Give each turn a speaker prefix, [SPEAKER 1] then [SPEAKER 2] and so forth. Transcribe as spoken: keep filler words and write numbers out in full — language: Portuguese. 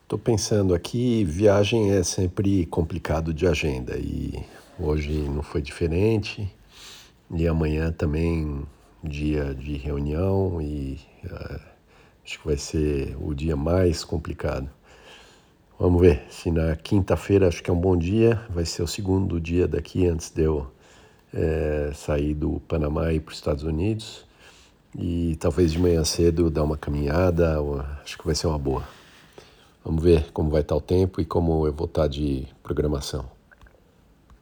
[SPEAKER 1] Estou pensando aqui, viagem é sempre complicado de agenda e hoje não foi diferente. E amanhã também dia de reunião e uh, acho que vai ser o dia mais complicado. Vamos ver se na quinta-feira, acho que é um bom dia, vai ser o segundo dia daqui antes de eu é, sair do Panamá e ir para os Estados Unidos. E talvez de manhã cedo dar uma caminhada, acho que vai ser uma boa. Vamos ver como vai estar o tempo e como eu vou estar de programação.